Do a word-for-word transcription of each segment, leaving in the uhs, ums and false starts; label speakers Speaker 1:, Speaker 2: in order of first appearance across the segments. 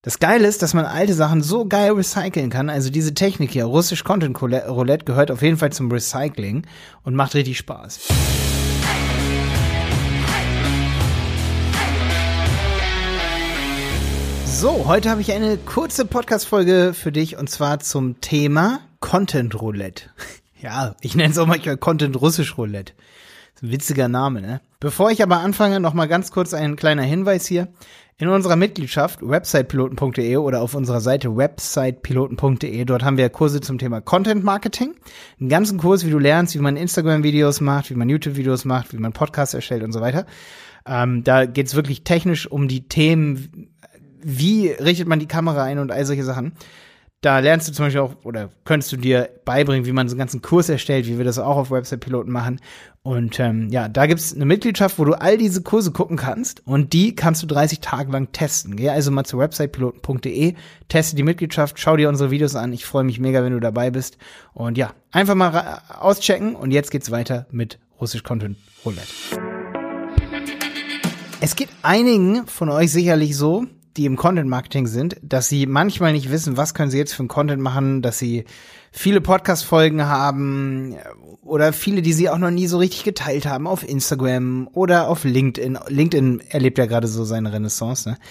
Speaker 1: Das Geile ist, dass man alte Sachen so geil recyceln kann. Also diese Technik hier, russisch Content Roulette, gehört auf jeden Fall zum Recycling und macht richtig Spaß. So, heute habe ich eine kurze Podcast-Folge für dich und zwar zum Thema Content Roulette. Ja, ich nenne es auch manchmal Content Russisch Roulette. Das ist ein witziger Name, ne? Bevor ich aber anfange, noch mal ganz kurz ein kleiner Hinweis hier. In unserer Mitgliedschaft websitepiloten punkt de oder auf unserer Seite websitepiloten punkt de, dort haben wir Kurse zum Thema Content Marketing. Einen ganzen Kurs, wie du lernst, wie man Instagram-Videos macht, wie man YouTube-Videos macht, wie man Podcasts erstellt und so weiter. Ähm, da geht's wirklich technisch um die Themen, wie richtet man die Kamera ein und all solche Sachen. Da lernst du zum Beispiel auch, oder könntest du dir beibringen, wie man so einen ganzen Kurs erstellt, wie wir das auch auf Website-Piloten machen. Und ähm, ja, da gibt's eine Mitgliedschaft, wo du all diese Kurse gucken kannst und die kannst du dreißig Tage lang testen. Geh also mal zu websitepiloten punkt de, teste die Mitgliedschaft, schau dir unsere Videos an. Ich freue mich mega, wenn du dabei bist. Und ja, einfach mal ra- auschecken und jetzt geht's weiter mit Russisch Content Roulette. Es geht einigen von euch sicherlich so, die im Content-Marketing sind, dass sie manchmal nicht wissen, was können sie jetzt für einen Content machen, dass sie viele Podcast-Folgen haben oder viele, die sie auch noch nie so richtig geteilt haben auf Instagram oder auf LinkedIn. LinkedIn erlebt ja gerade so seine Renaissance, ne?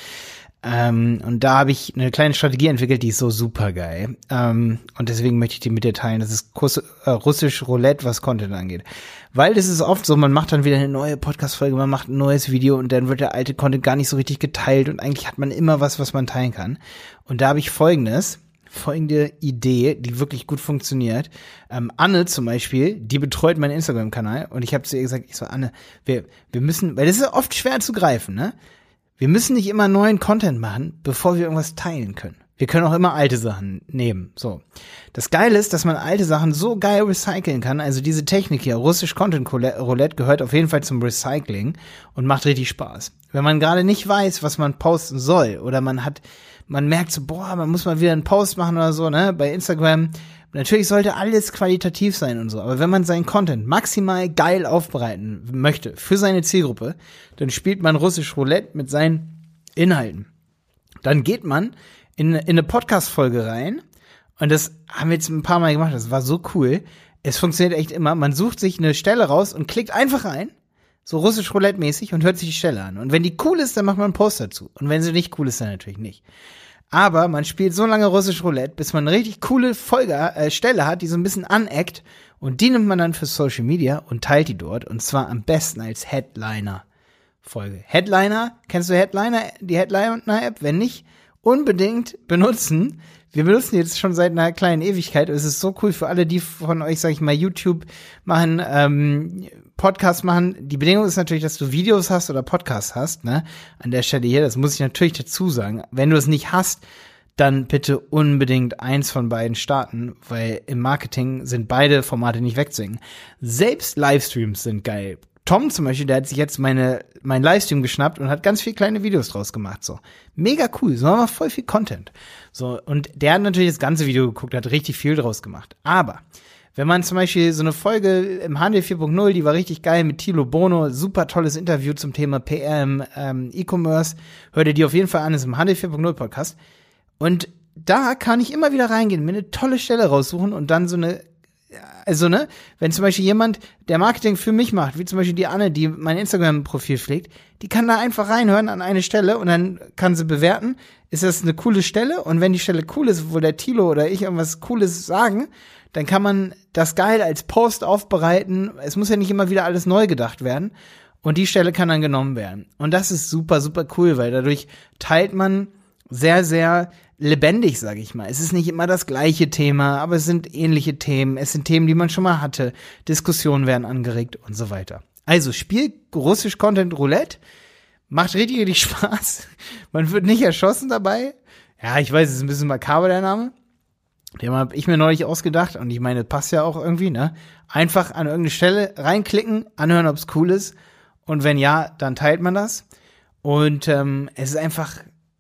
Speaker 1: Ähm, und da habe ich eine kleine Strategie entwickelt, die ist so super geil. Ähm, und deswegen möchte ich die mit dir teilen. Das ist Kurs, äh, Russisch Roulette, was Content angeht. Weil das ist oft so, man macht dann wieder eine neue Podcast-Folge, man macht ein neues Video und dann wird der alte Content gar nicht so richtig geteilt und eigentlich hat man immer was, was man teilen kann. Und da habe ich folgendes, folgende Idee, die wirklich gut funktioniert. Ähm, Anne zum Beispiel, die betreut meinen Instagram-Kanal und ich habe zu ihr gesagt, ich so, Anne, wir, wir müssen, weil das ist ja oft schwer zu greifen, ne? Wir müssen nicht immer neuen Content machen, bevor wir irgendwas teilen können. Wir können auch immer alte Sachen nehmen. So. Das Geile ist, dass man alte Sachen so geil recyceln kann. Also diese Technik hier, russisch Content Roulette, gehört auf jeden Fall zum Recycling und macht richtig Spaß. Wenn man gerade nicht weiß, was man posten soll oder man hat, man merkt so, boah, man muss mal wieder einen Post machen oder so, ne, bei Instagram. Natürlich sollte alles qualitativ sein und so, aber wenn man seinen Content maximal geil aufbereiten möchte für seine Zielgruppe, dann spielt man russisch Roulette mit seinen Inhalten. Dann geht man in, in eine Podcast-Folge rein und das haben wir jetzt ein paar Mal gemacht, das war so cool. Es funktioniert echt immer, man sucht sich eine Stelle raus und klickt einfach rein, so russisch Roulette-mäßig und hört sich die Stelle an. Und wenn die cool ist, dann macht man einen Post dazu. Und wenn sie nicht cool ist, dann natürlich nicht. Aber man spielt so lange russisch Roulette, bis man eine richtig coole Folge, äh, Stelle hat, die so ein bisschen aneckt. Und die nimmt man dann für Social Media und teilt die dort. Und zwar am besten als Headliner-Folge. Headliner, kennst du Headliner, die Headliner-App? Wenn nicht, unbedingt benutzen. Wir benutzen die jetzt schon seit einer kleinen Ewigkeit. Es ist so cool für alle, die von euch, sag ich mal, YouTube machen, ähm, Podcast machen. Die Bedingung ist natürlich, dass du Videos hast oder Podcasts hast, ne? An der Stelle hier, das muss ich natürlich dazu sagen. Wenn du es nicht hast, dann bitte unbedingt eins von beiden starten, weil im Marketing sind beide Formate nicht wegzudenken. Selbst Livestreams sind geil. Tom zum Beispiel, der hat sich jetzt meine, mein Livestream geschnappt und hat ganz viele kleine Videos draus gemacht, so. Mega cool, so haben wir voll viel Content. So, und der hat natürlich das ganze Video geguckt, hat richtig viel draus gemacht. Aber wenn man zum Beispiel so eine Folge im Handel vier punkt null, die war richtig geil mit Thilo Bono, super tolles Interview zum Thema P R im ähm, E-Commerce, hört ihr die auf jeden Fall an, ist im Handel vier punkt null Podcast. Und da kann ich immer wieder reingehen, mir eine tolle Stelle raussuchen und dann so eine, also ne, wenn zum Beispiel jemand, der Marketing für mich macht, wie zum Beispiel die Anne, die mein Instagram-Profil pflegt, die kann da einfach reinhören an eine Stelle und dann kann sie bewerten, ist das eine coole Stelle? Und wenn die Stelle cool ist, wo der Thilo oder ich irgendwas Cooles sagen, dann kann man das geil als Post aufbereiten. Es muss ja nicht immer wieder alles neu gedacht werden. Und die Stelle kann dann genommen werden. Und das ist super, super cool, weil dadurch teilt man sehr, sehr lebendig, sage ich mal. Es ist nicht immer das gleiche Thema, aber es sind ähnliche Themen. Es sind Themen, die man schon mal hatte. Diskussionen werden angeregt und so weiter. Also spiel russisch Content Roulette. Macht richtig, richtig Spaß. Man wird nicht erschossen dabei. Ja, ich weiß, es ist ein bisschen makaber, der Name. Den habe ich mir neulich ausgedacht und ich meine, passt ja auch irgendwie, ne? Einfach an irgendeine Stelle reinklicken, anhören, ob's cool ist und wenn ja, dann teilt man das und ähm, es ist einfach,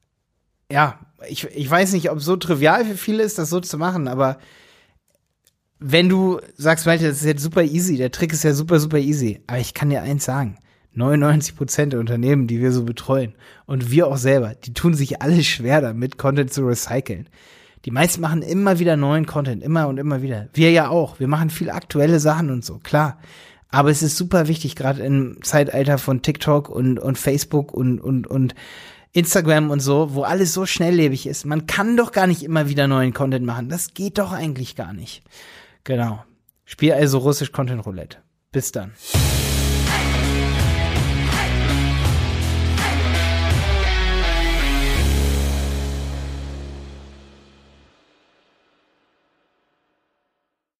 Speaker 1: ja, ich, ich weiß nicht, ob es so trivial für viele ist, das so zu machen, aber wenn du sagst, Malte, das ist jetzt super easy, der Trick ist ja super, super easy, aber ich kann dir eins sagen, neunundneunzig Prozent der Unternehmen, die wir so betreuen und wir auch selber, die tun sich alle schwer damit, Content zu recyceln. Die meisten machen immer wieder neuen Content, immer und immer wieder. Wir ja auch. Wir machen viel aktuelle Sachen und so, klar. Aber es ist super wichtig, gerade im Zeitalter von TikTok und, und Facebook und, und, und Instagram und so, wo alles so schnelllebig ist. Man kann doch gar nicht immer wieder neuen Content machen. Das geht doch eigentlich gar nicht. Genau. Spiel also russisch Content Roulette. Bis dann.